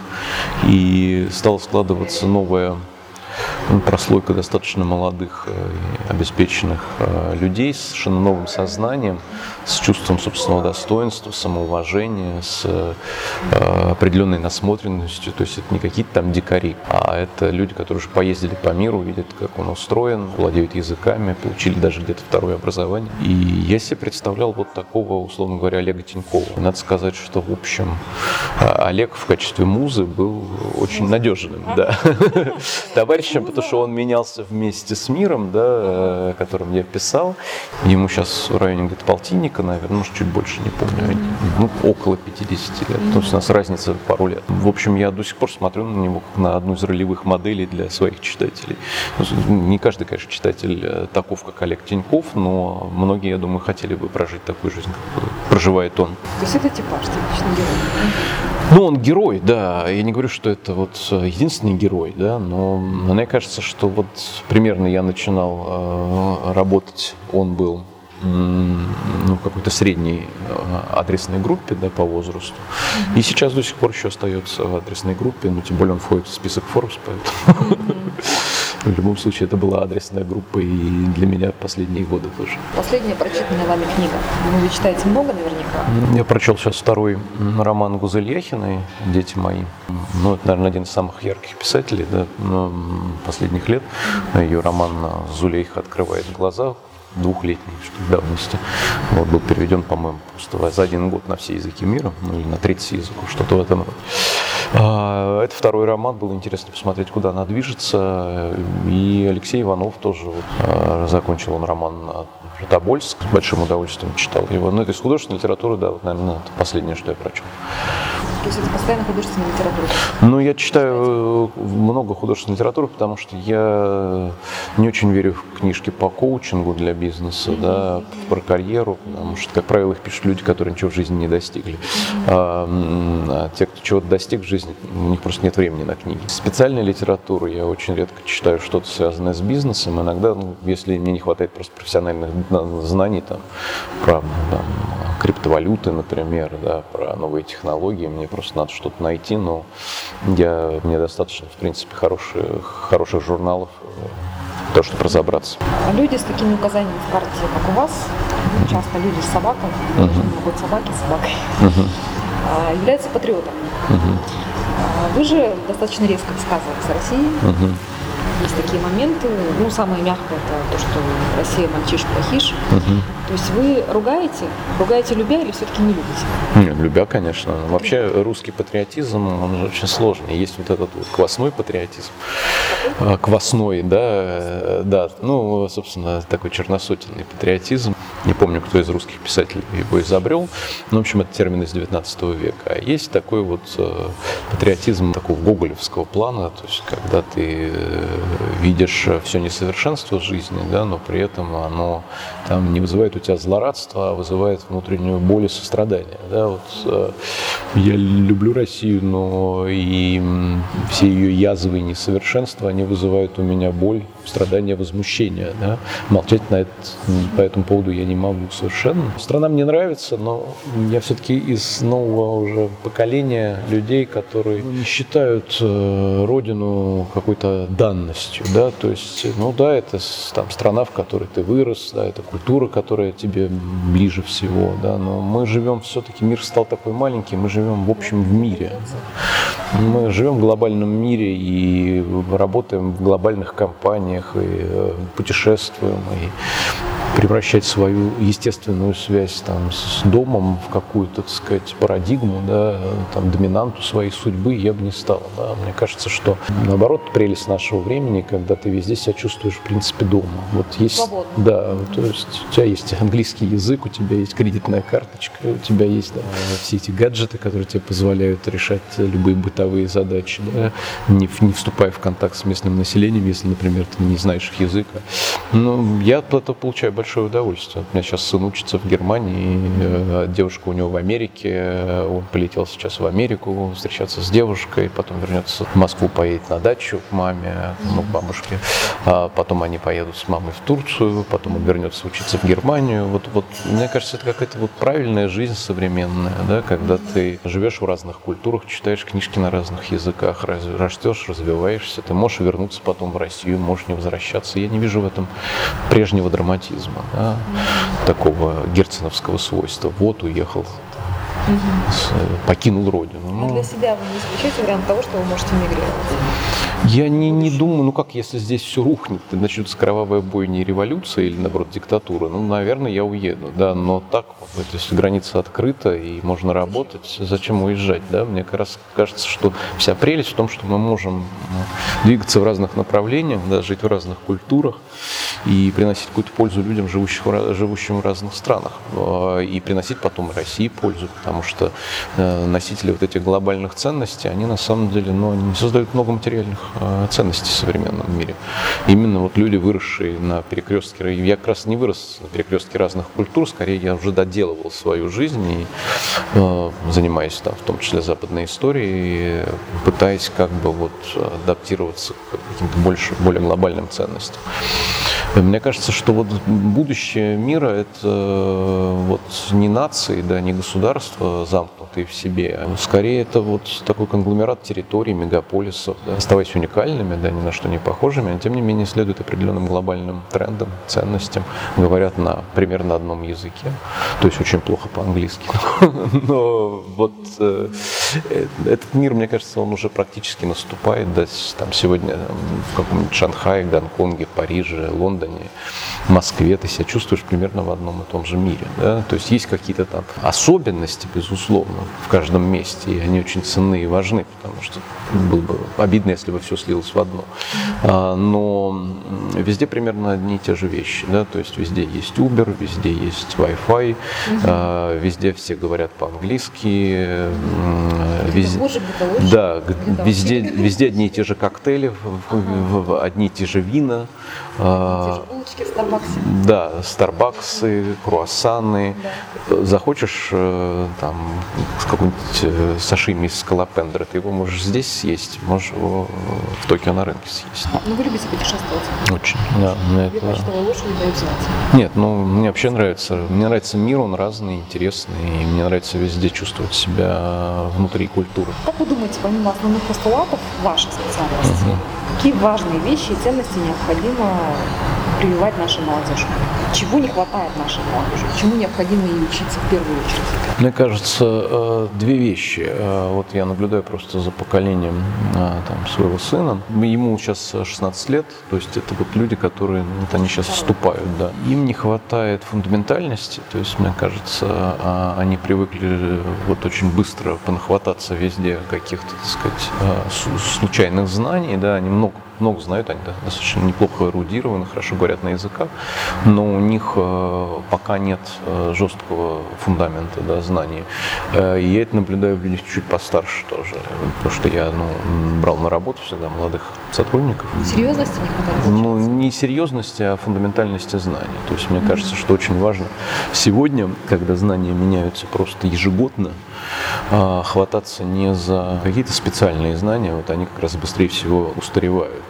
и стала складываться новая прослойка достаточно молодых и обеспеченных людей с совершенно новым сознанием, с чувством собственного достоинства, самоуважения, с определенной насмотренностью. То есть это не какие-то там дикари, а это люди, которые уже поездили по миру, видят, как он устроен, владеют языками, получили даже где-то второе образование. И я себе представлял такого, условно говоря, Олега Тинькова. Надо сказать, что, в общем, Олег в качестве музы был очень надежным, товарищем, потому что он менялся вместе с миром, о котором я писал. Ему сейчас в районе где-то полтинника, наверное, может, чуть больше, не помню, около 50 лет. То есть у нас разница пару лет. В общем, я до сих пор смотрю на него как на одну из ролевых моделей для своих читателей. Не каждый, конечно, читатель таков, как Олег Тиньков, но многие, я думаю, хотели бы прожить такую жизнь, как проживает он. То есть это типаж, типичный герой? Он герой, да. Я не говорю, что это единственный герой, но мне кажется, что примерно я начинал работать, он был в какой-то средней адресной группе, по возрасту. И сейчас до сих пор еще остается в адресной группе, тем более он входит в список Forbes, поэтому в любом случае это была адресная группа и для меня последние годы тоже. Последняя прочитанная вами книга. Вы читаете много наверняка? Я прочел сейчас второй роман Гузель Яхиной «Дети мои». Это, наверное, один из самых ярких писателей последних лет. Ее роман «Зулейха открывает глаза». 2-летней давности. Вот, был переведен, по-моему, просто за 1 год на все языки мира, ну или на 30 языков, что-то в этом роде. Это второй роман, было интересно посмотреть, куда она движется. И Алексей Иванов тоже закончил он роман «Тобольск», с большим удовольствием читал его. Но это из художественной литературы, да, вот, наверное, это последнее, что я прочел. То есть это постоянно художественная литература? Ну, я читаю много художественной литературы, потому что я не очень верю в книжки по коучингу для бизнеса, да, про карьеру, потому что, как правило, их пишут люди, которые ничего в жизни не достигли. А те, кто чего-то достиг в жизни, у них просто нет времени на книги. Специальная литература я очень редко читаю что-то связанное с бизнесом. Иногда, если мне не хватает просто профессиональных знаний там, про криптовалюты, например, да, про новые технологии, мне просто надо что-то найти, но мне достаточно, в принципе, хороших журналов, то, чтобы разобраться. Люди с такими указаниями в карте, как у вас, часто люди с собакой, могут собаки с собакой, являются патриотами. Вы же достаточно резко высказывались о России. Есть такие моменты. Ну, самое мягкое это то, что Россия мальчиш плохиш. То есть вы ругаете любя или все-таки не любите? Нет, любя, конечно. Вообще русский патриотизм, он же очень сложный. Есть вот этот вот квасной патриотизм. Квасной, да. Ну, собственно, такой черносотенный патриотизм. Не помню, кто из русских писателей его изобрел. Но, в общем, это термин из 19 века. А есть такой вот патриотизм такого гоголевского плана, то есть когда ты видишь все несовершенство жизни, да, но при этом оно там не вызывает у тебя злорадства, а вызывает внутреннюю боль и сострадание. Да. Вот, я люблю Россию, но и все ее язвы и несовершенства, они вызывают у меня боль, страдание, возмущение. Да. Молчать по этому поводу я не могу совершенно. Страна мне нравится, но я все-таки из нового уже поколения людей, которые не считают родину какой-то данностью. Да. То есть, ну да, это там страна, в которой ты вырос, да, это культура, которая тебе ближе всего. Да. Но мы живем все-таки, мир стал такой маленький, мы живем в общем в мире. Мы живем в глобальном мире и работаем в глобальных компаниях, и путешествуем, и превращать свою естественную связь там, с домом в какую-то, так сказать, парадигму, да, там, доминанту своей судьбы я бы не стал. Да. Мне кажется, что наоборот прелесть нашего времени, когда ты везде себя чувствуешь в принципе дома. Вот есть, свободно. Да, то есть у тебя есть английский язык, у тебя есть кредитная карточка, у тебя есть да, все эти гаджеты, которые тебе позволяют решать любые бытовые задачи, да, не вступая в контакт с местным населением, если, например, ты не знаешь их языка. Ну, я от этого получаю большое удовольствие. У меня сейчас сын учится в Германии, девушка у него в Америке, он полетел сейчас в Америку встречаться с девушкой, потом вернется в Москву, поедет на дачу к маме, ну, к бабушке, потом они поедут с мамой в Турцию, потом он вернется учиться в Германию. Вот мне кажется, это какая-то вот правильная жизнь современная, да, когда ты живешь в разных культурах, читаешь книжки на разных языках, растешь, развиваешься, ты можешь вернуться потом в Россию, можешь не возвращаться. Я не вижу в этом прежнего драматизма. Да, такого герценовского свойства. Вот уехал, покинул родину. Но для себя вы не исключаете вариант того, что вы можете мигрировать? Я не думаю, ну как, если здесь все рухнет, начнется кровавая бойня и революция или, наоборот, диктатура, ну, наверное, я уеду, да, но так, вот, если граница открыта и можно работать, зачем уезжать, да, мне как раз кажется, что вся прелесть в том, что мы можем двигаться в разных направлениях, да, жить в разных культурах и приносить какую-то пользу людям, живущим в разных странах, и приносить потом России пользу, потому что носители вот этих глобальных ценностей, они на самом деле, ну, они создают много материальных ценностей в современном мире. Именно вот люди, выросшие на перекрестке, я как раз не вырос на перекрестке разных культур, скорее я уже доделывал свою жизнь и занимаюсь там, в том числе западной историей, пытаясь как бы вот адаптироваться к каким-то более глобальным ценностям. Мне кажется, что вот будущее мира – это вот не нации, да, не государства, замкнутые в себе, а скорее это вот такой конгломерат территорий, мегаполисов, да, оставаясь уникальными, да, ни на что не похожими, но тем не менее следуют определенным глобальным трендам, ценностям, говорят примерно на одном языке, то есть очень плохо по-английски. Но вот этот мир, мне кажется, он уже практически наступает, да, там сегодня в каком-нибудь Шанхае, Гонконге, Париже, Лондоне, Москве, ты себя чувствуешь примерно в одном и том же мире. Да? То есть есть какие-то там особенности, безусловно, в каждом месте, и они очень ценны и важны, потому что было бы обидно, если бы все слилось в одно. Но везде примерно одни и те же вещи. Да? То есть везде есть Uber, везде есть Wi-Fi, везде все говорят по-английски. Везде одни и те же коктейли, одни и те же вина. Булочки в Старбаксе. Да, Старбаксы, круассаны. Да. Захочешь там какой-нибудь сашими из скалопендра, ты его можешь здесь съесть, можешь его в Токио на рынке съесть. Ну, вы любите путешествовать? Очень, да. Две почтовые лошади дают знать. Нет, мне вообще нравится. Мне нравится мир, он разный, интересный, и мне нравится везде чувствовать себя внутри культуры. Как вы думаете, помимо основных постулатов вашей специальности, какие важные вещи и ценности необходимо прививать нашей молодежи? Чего не хватает нашей молодежи? Чему необходимо ей учиться в первую очередь? Мне кажется, две вещи. Вот я наблюдаю просто за поколением своего сына. Ему сейчас 16 лет, то есть это вот люди, которые они сейчас вступают. Да. Им не хватает фундаментальности, то есть, мне кажется, они привыкли вот очень быстро понахвататься везде каких-то, так сказать, случайных знаний, да, они много знают, они достаточно неплохо эрудированы, хорошо говорят на языках, но у них пока нет жесткого фундамента, да, знаний. И я это наблюдаю в людях чуть постарше тоже, потому что я брал на работу всегда молодых сотрудников. Серьезности не хватает? Не серьезности, а фундаментальности знаний. То есть мне кажется, что очень важно сегодня, когда знания меняются просто ежегодно, хвататься не за какие-то специальные знания, вот они как раз быстрее всего устаревают,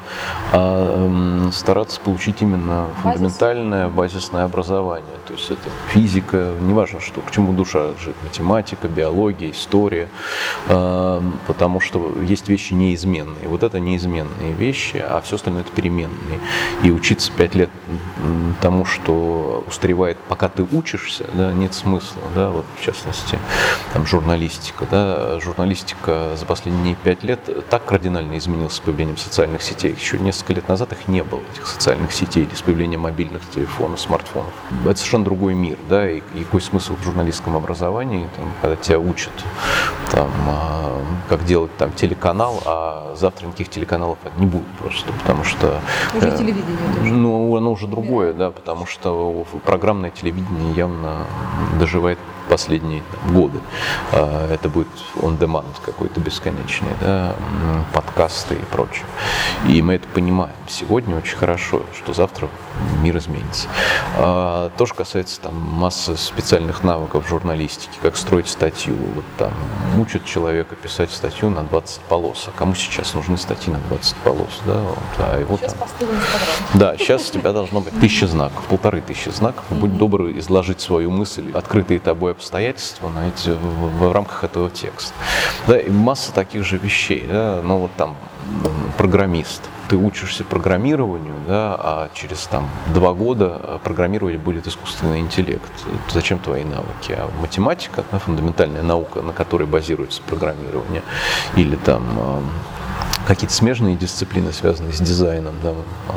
а стараться получить именно фундаментальное базисное образование. То есть это физика, неважно, что, к чему душа лежит, математика, биология, история, потому что есть вещи неизменные. Вот это неизменные вещи, а все остальное это переменные. И учиться 5 лет тому, что устаревает, пока ты учишься, да, нет смысла. Да, вот в частности, там, журналистика. Да, журналистика за последние 5 лет так кардинально изменилась с появлением социальных сетей. Еще несколько лет назад их не было, этих социальных сетей, с появлением мобильных телефонов, смартфонов. Это совершенно другой мир, да, и какой смысл в журналистском образовании, там, когда тебя учат, там, как делать там телеканал, а завтра никаких телеканалов не будет просто, потому что... Уже телевидение тоже. Оно уже другое, да, потому что программное телевидение явно доживает последние годы. Это будет on-demand какой-то бесконечный, да, подкасты и прочее. И мы это понимаем сегодня очень хорошо, что завтра мир изменится. То, что касается там массы специальных навыков в журналистике, как строить статью. Вот там учат человека писать статью на 20 полос. А кому сейчас нужны статьи на 20 полос? Да? Сейчас посты в Инстаграм. Да, сейчас у тебя должно быть 1000 знаков, 1500 знаков. Будь добр изложить свою мысль, открытые тобой обстоятельства в рамках этого текста. Да, и масса таких же вещей. Да? Ну вот там программист. Ты учишься программированию, да, а через 2 года программировать будет искусственный интеллект. Зачем твои навыки? А математика, фундаментальная наука, на которой базируется программирование, или там какие-то смежные дисциплины, связанные с дизайном, да,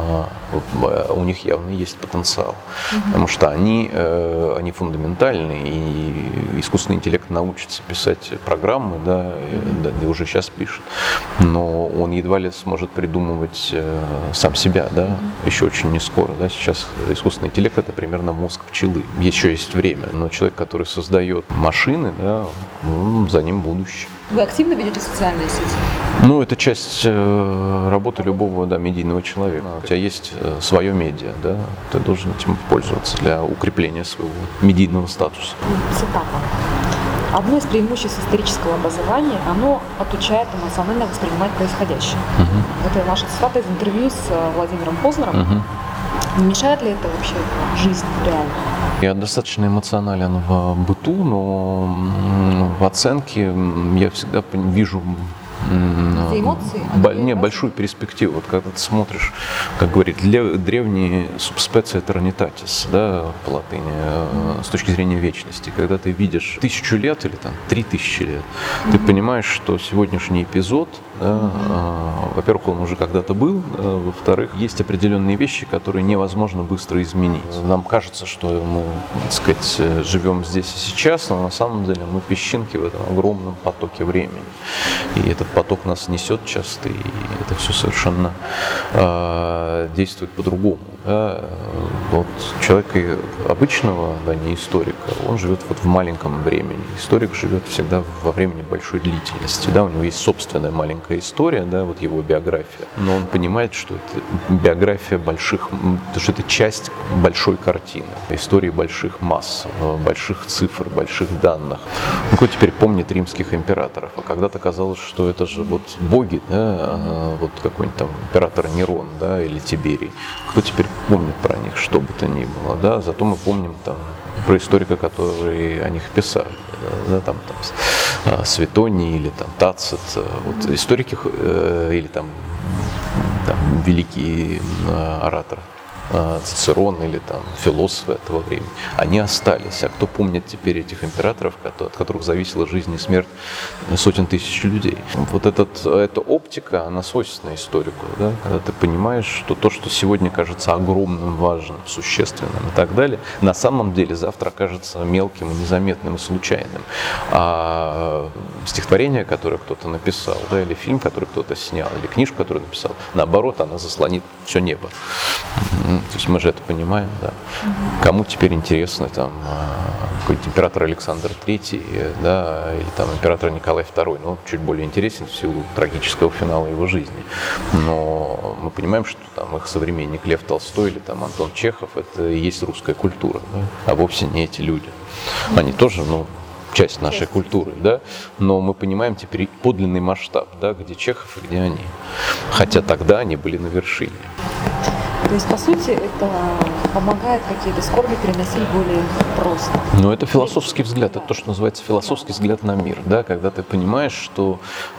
у них явно есть потенциал, потому что они фундаментальные, и искусственный интеллект научится писать программы, да, и уже сейчас пишет, но он едва ли сможет придумывать сам себя, да, еще очень не скоро, да, сейчас искусственный интеллект — это примерно мозг пчелы, еще есть время, но человек, который создает машины, да, за ним будущее. Вы активно ведете социальные сети? Это часть работы любого, да, медийного человека. У тебя есть свое медиа, да, ты должен этим пользоваться для укрепления своего медийного статуса. Цитата. Одно из преимуществ исторического образования – оно отучает эмоционально воспринимать происходящее. Это ваша цитата из интервью с Владимиром Познером. Не мешает ли это вообще жизни реально? Я достаточно эмоционален в быту, но в оценке я всегда вижу Эти эмоции? Большую перспективу. Вот когда ты смотришь, как говорит древний subspecie eternitatis, да, по латыни, с точки зрения вечности, когда ты видишь 1000 лет или там 3000 лет, ты понимаешь, что сегодняшний эпизод, да, во-первых, он уже когда-то был, во-вторых, есть определенные вещи, которые невозможно быстро изменить. Нам кажется, что мы, так сказать, живем здесь и сейчас, но на самом деле мы песчинки в этом огромном потоке времени. И этот поток нас несет часто, и это все совершенно действует по-другому. Да. Вот человека обычного, да, не историка, он живет вот в маленьком времени. Историк живет всегда во времени большой длительности. Да. У него есть собственная маленькая история, да, вот его биография, но он понимает, что это биография больших, что это часть большой картины, истории больших масс, больших цифр, больших данных. Кто теперь помнит римских императоров? А когда-то казалось, что это же вот боги, да, вот какой-нибудь там император Нерон, да, или Тиберий. Кто теперь помнит про них, что бы то ни было, да? Зато мы помним там про историка, который о них писали, да, там Светоний или там Тацит, вот историки или там великие ораторы, Цицерон или там философы этого времени, они остались. А кто помнит теперь этих императоров, от которых зависела жизнь и смерть сотен тысяч людей? Вот эта оптика, она свойственна историку, да? Когда ты понимаешь, что то, что сегодня кажется огромным, важным, существенным и так далее, на самом деле завтра окажется мелким и незаметным и случайным. А стихотворение, которое кто-то написал, да, или фильм, который кто-то снял, или книжку, которую написал, наоборот, она заслонит все небо. То есть мы же это понимаем, да. Кому теперь интересно там какой-то император Александр III, да, или там император Николай II, ну, чуть более интересен в силу трагического финала его жизни. Но мы понимаем, что там их современник Лев Толстой или там Антон Чехов — это и есть русская культура, да, а вовсе не эти люди. Они тоже, ну, часть нашей культуры, да, но мы понимаем теперь подлинный масштаб, да, где Чехов и где они. Хотя тогда они были на вершине. То есть, по сути, это помогает какие-то скорби переносить более просто. Ну, это философский взгляд, это то, что называется философский взгляд на мир, да, когда ты понимаешь, что,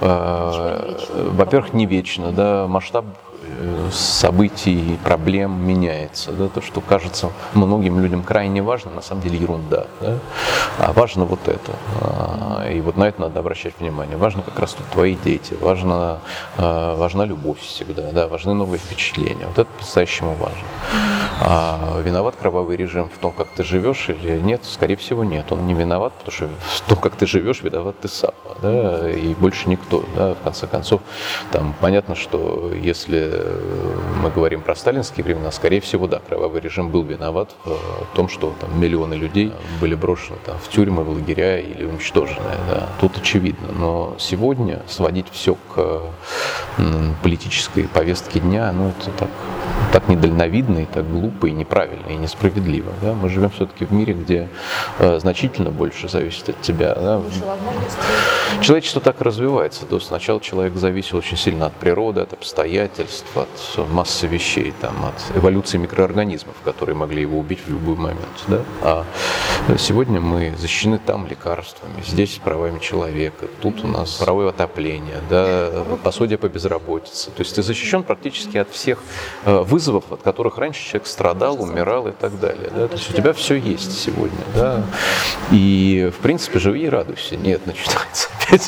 во-первых, не вечно, да, масштаб событий, проблем меняется, да, то, что кажется многим людям крайне важно, на самом деле ерунда, да, а важно вот это, и вот на это надо обращать внимание. Важно как раз тут твои дети, важна любовь всегда, да, важны новые впечатления, вот это по-настоящему важно. А виноват кровавый режим в том, как ты живешь или нет? Скорее всего, нет, он не виноват, потому что в том, как ты живешь, виноват ты сам, да, и больше никто, да, в конце концов, там понятно, что если мы говорим про сталинские времена, скорее всего, да, кровавый режим был виноват в том, что там миллионы людей были брошены там в тюрьмы, в лагеря или уничтожены, да, тут очевидно. Но сегодня сводить все к политической повестке дня, ну, это так недальновидно и так глупо и неправильно и несправедливо. Да? Мы живем все-таки в мире, где значительно больше зависит от тебя. Да? Человечество так и развивается. Сначала человек зависел очень сильно от природы, от обстоятельств, от массы вещей, там, от эволюции микроорганизмов, которые могли его убить в любой момент. Да? А сегодня мы защищены там лекарствами, здесь правами человека, тут у нас правовое отопление, да, пособие по безработице. То есть ты защищен практически от всех вызовов, от которых раньше человек страдал, умирал и так далее. Да? То есть у тебя все есть сегодня. Да? И, в принципе, живи и радуйся. Нет, начинается опять.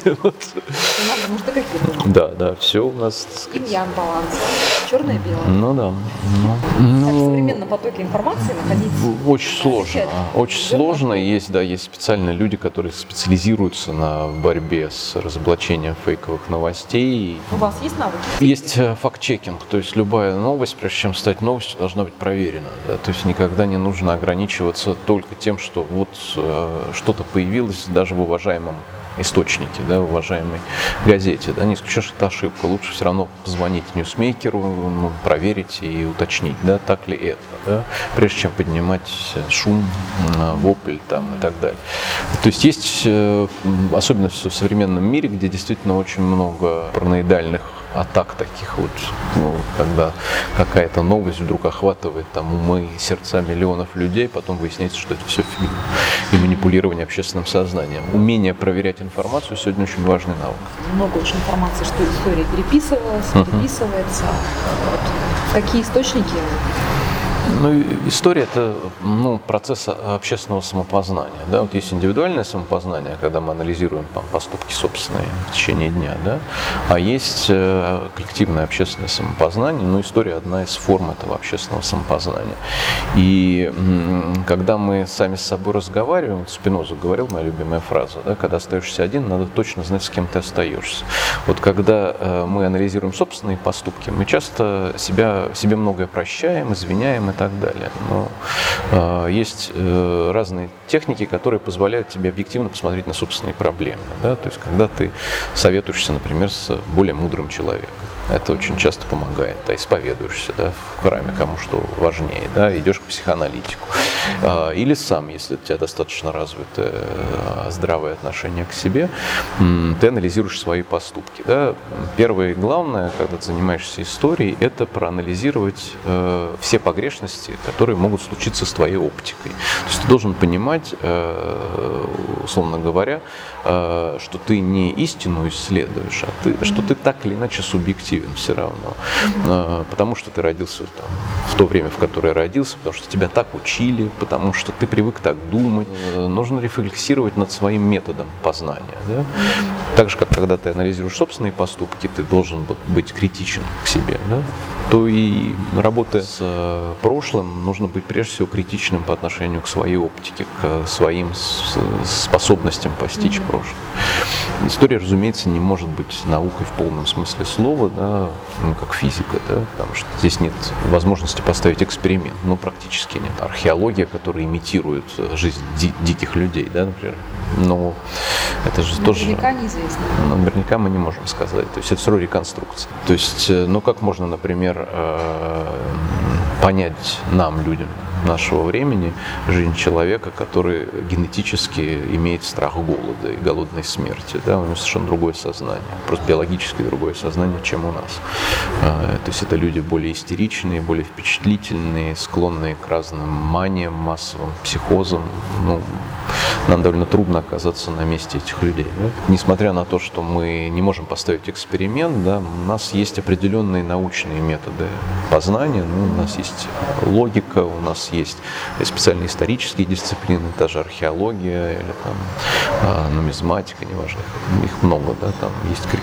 Да, все у нас. Инь-ян баланс. Черное и белое. Ну да. В современном потоке информации находиться очень сложно. Очень сложно. Есть специальные люди, которые специализируются на борьбе с разоблачением фейковых новостей. У вас есть навыки? Есть факт-чекинг. То есть любая новость, прежде чем стать новостью, должна быть проверена. Да? То есть никогда не нужно ограничиваться только тем, что вот что-то появилось даже в уважаемом источники, да, уважаемой газете. Да, не исключено, что это ошибка. Лучше все равно позвонить ньюсмейкеру, проверить и уточнить, да, так ли это, да, прежде чем поднимать шум, вопль там, и так далее. То есть есть, особенно в современном мире, где действительно очень много параноидальных атак таких вот, когда какая-то новость вдруг охватывает там умы и сердца миллионов людей, потом выясняется, что это все фильм и манипулирование общественным сознанием. Умение проверять информацию сегодня очень важный навык. Много очень информации, что история переписывалась, переписывается. Вот. Какие источники? История – это процесс общественного самопознания. Да? Вот есть индивидуальное самопознание, когда мы анализируем поступки собственные в течение дня, да? А есть коллективное общественное самопознание, но история – одна из форм этого общественного самопознания. И когда мы сами с собой разговариваем, вот Спиноза говорил, моя любимая фраза, да? Когда остаешься один, надо точно знать, с кем ты остаешься. Вот когда мы анализируем собственные поступки, мы часто себе многое прощаем, извиняем и так далее. Но есть разные техники, которые позволяют тебе объективно посмотреть на собственные проблемы. Да? То есть, когда ты советуешься, например, с более мудрым человеком, это очень часто помогает. Да, исповедуешься, да, в храме, кому что важнее, да, идешь к психоаналитику. Или сам, если у тебя достаточно развитое здравое отношение к себе, ты анализируешь свои поступки. Да. Первое и главное, когда ты занимаешься историей, это проанализировать все погрешности, которые могут случиться с твоей оптикой. То есть ты должен понимать, условно говоря, что ты не истину исследуешь, а что ты так или иначе субъективен все равно. Потому что ты родился там, в то время, в которое родился, потому что тебя так учили, потому что ты привык так думать. Нужно рефлексировать над своим методом познания. Да? Так же, как когда ты анализируешь собственные поступки, ты должен быть критичен к себе. Да? То и работая с прошлым, нужно быть прежде всего критичным по отношению к своей оптике, к своим способностям постичь прошлое. История, разумеется, не может быть наукой в полном смысле слова, да, как физика, да, потому что здесь нет возможности поставить эксперимент, практически нет. Археология, которая имитирует жизнь диких людей, да, например, но это же тоже... Наверняка неизвестно. Наверняка мы не можем сказать, то есть это все равно реконструкция. То есть, как можно, например, понять нам, людям нашего времени, жизнь человека, который генетически имеет страх голода и голодной смерти. Да? У него совершенно другое сознание, просто биологически другое сознание, чем у нас. То есть это люди более истеричные, более впечатлительные, склонные к разным маниям, массовым психозам. Нам довольно трудно оказаться на месте этих людей. Да? Несмотря на то, что мы не можем поставить эксперимент, да, у нас есть определенные научные методы познания, у нас есть логика, у нас есть специальные исторические дисциплины, та же археология или там, нумизматика, неважно, их много, да, там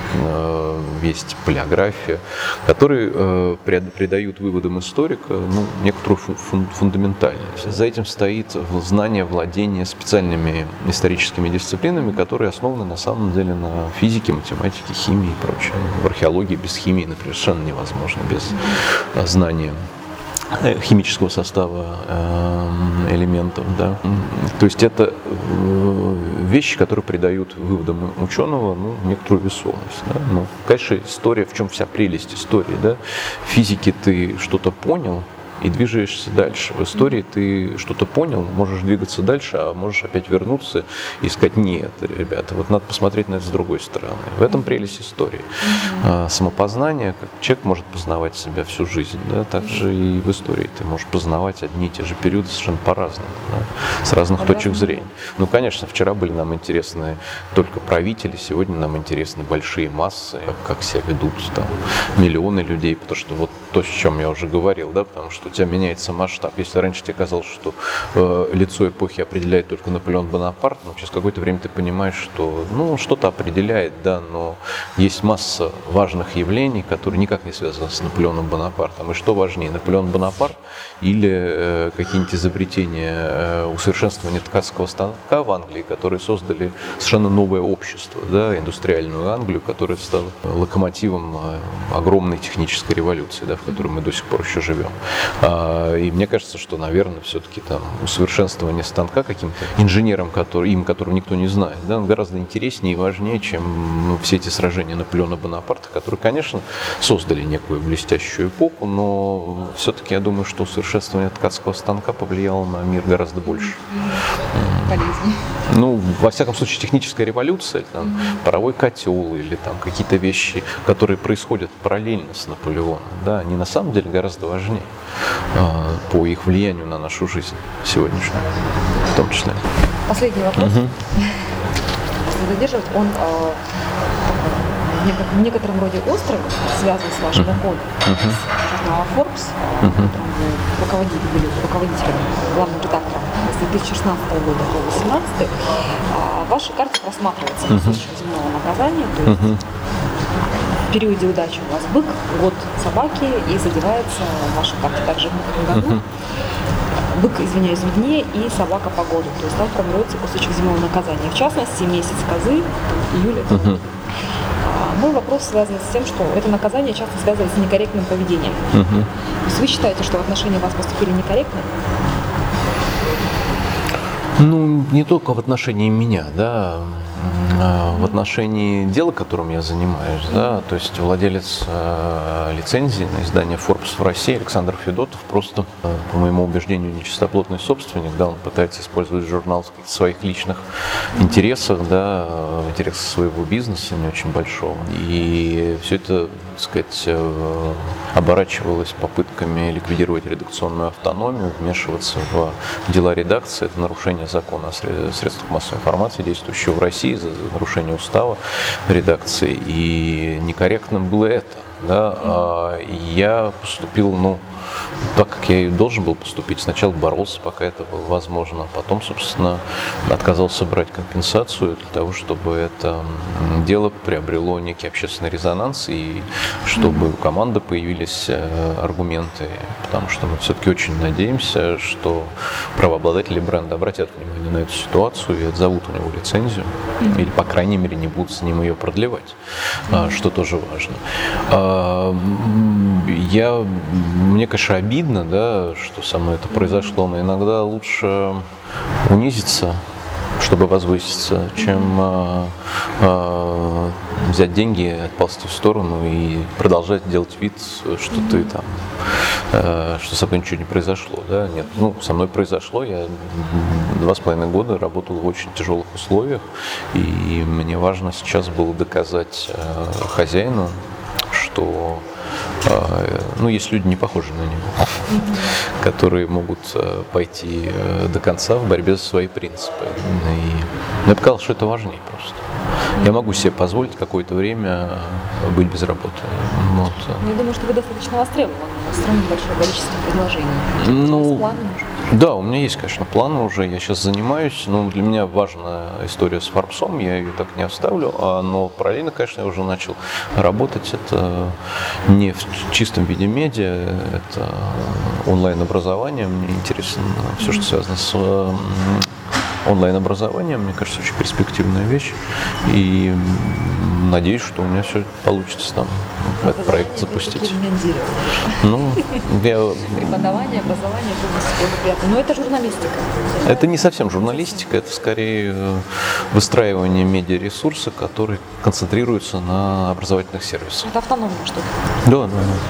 есть палеография, которые придают выводам историка некоторую фундаментальность. За этим стоит знание, владение специальными историческими дисциплинами, которые основаны на самом деле на физике, математике, химии и прочее. В археологии без химии, например, совершенно невозможно, без знания химического состава элементов. Да. То есть это вещи, которые придают выводам ученого некоторую весомость. Да. Конечно, история, в чем вся прелесть истории. Да. В физике ты что-то понял и двигаешься дальше. В истории ты что-то понял, можешь двигаться дальше, а можешь опять вернуться и сказать: нет, ребята, вот надо посмотреть на это с другой стороны. В этом прелесть истории. Самопознание, как человек может познавать себя всю жизнь, да, так же и в истории ты можешь познавать одни и те же периоды совершенно по-разному, да, с разных точек зрения. Конечно, вчера были нам интересны только правители, сегодня нам интересны большие массы, как себя ведут там миллионы людей, потому что вот то, о чем я уже говорил, да, потому что у тебя меняется масштаб. Если раньше тебе казалось, что лицо эпохи определяет только Наполеон Бонапарт, через какое-то время ты понимаешь, что что-то определяет, да, но есть масса важных явлений, которые никак не связаны с Наполеоном Бонапартом. И что важнее, Наполеон Бонапарт или какие-нибудь изобретения усовершенствования ткацкого станка в Англии, которые создали совершенно новое общество, да, индустриальную Англию, которая стала локомотивом огромной технической революции, да, в которой мы до сих пор еще живем. И мне кажется, что, наверное, все-таки там усовершенствование станка каким-то инженером, которого никто не знает, да, гораздо интереснее и важнее, чем все эти сражения Наполеона Бонапарта, которые, конечно, создали некую блестящую эпоху, но все-таки я думаю, что усовершенствование ткацкого станка повлияло на мир гораздо больше. болезней. Ну, во всяком случае, техническая революция, там, паровой котел или там какие-то вещи, которые происходят параллельно с Наполеоном, да, они на самом деле гораздо важнее по их влиянию на нашу жизнь сегодняшнюю, в том числе. Последний вопрос. Задерживать, он в некотором роде острый, связан с вашим уходом с журнала Forbes, которым вы были руководителем, главным редактором с 2016 года по 2018. В вашей карте просматривается кусочек земного наказания, то есть в периоде удачи у вас бык, год собаки, и задевается в вашей карте также в этом году. Бык, извиняюсь, в дне, и собака по году. То есть там формируется кусочек земного наказания. В частности, месяц козы, июль. Мой вопрос связан с тем, что это наказание часто связывается с некорректным поведением. То есть вы считаете, что в отношении вас поступили некорректно? Ну, не только в отношении меня, да, в отношении дела, которым я занимаюсь, да, то есть владелец лицензии на издание Forbes в России Александр Федотов просто, по моему убеждению, нечистоплотный собственник, да, он пытается использовать журнал в своих личных интересах, да, в интересах своего бизнеса, не очень большого, и все это, так сказать, оборачивалось попытками ликвидировать редакционную автономию, вмешиваться в дела редакции, это нарушение закона о средствах массовой информации, действующего в России, за нарушение устава редакции, и некорректным было это. Да? Я поступил, так, как я и должен был поступить. Сначала боролся, пока это было возможно, а потом, собственно, отказался брать компенсацию для того, чтобы это дело приобрело некий общественный резонанс и чтобы у команды появились аргументы, потому что мы все-таки очень надеемся, что правообладатели бренда обратят внимание на эту ситуацию и отзовут у него лицензию, или, по крайней мере, не будут с ним ее продлевать, что тоже важно. Мне, конечно, обидно, да, что со мной это произошло, но иногда лучше унизиться, чтобы возвыситься, чем взять деньги, отползти в сторону и продолжать делать вид, что ты там, что со мной ничего не произошло. Да? Нет, со мной произошло. Я 2,5 года работал в очень тяжелых условиях, и мне важно сейчас было доказать хозяину, что есть люди, не похожие на него, которые могут пойти до конца в борьбе за свои принципы. И я показал, что это важнее просто. Я могу себе позволить какое-то время быть без работы. Вот. Я думаю, что вы достаточно востребованы. У вас страны большое количество предложений. Да, у меня есть, конечно, планы уже, я сейчас занимаюсь, но для меня важная история с Форбсом, я ее так не оставлю, но параллельно, конечно, я уже начал работать, это не в чистом виде медиа, это онлайн-образование, мне интересно все, что связано с онлайн-образованием, мне кажется, очень перспективная вещь, и надеюсь, что у меня все получится там этот проект запустить. Преподавание, образование полностью благоприятно. Но это журналистика. Это не совсем журналистика, это скорее выстраивание медиаресурса, который концентрируется на образовательных сервисах. Это автономно что-то? Да.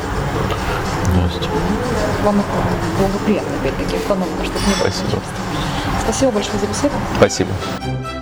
Вам это благоприятно, опять-таки, автономно, чтобы не было. Спасибо. Спасибо большое за беседу. Спасибо.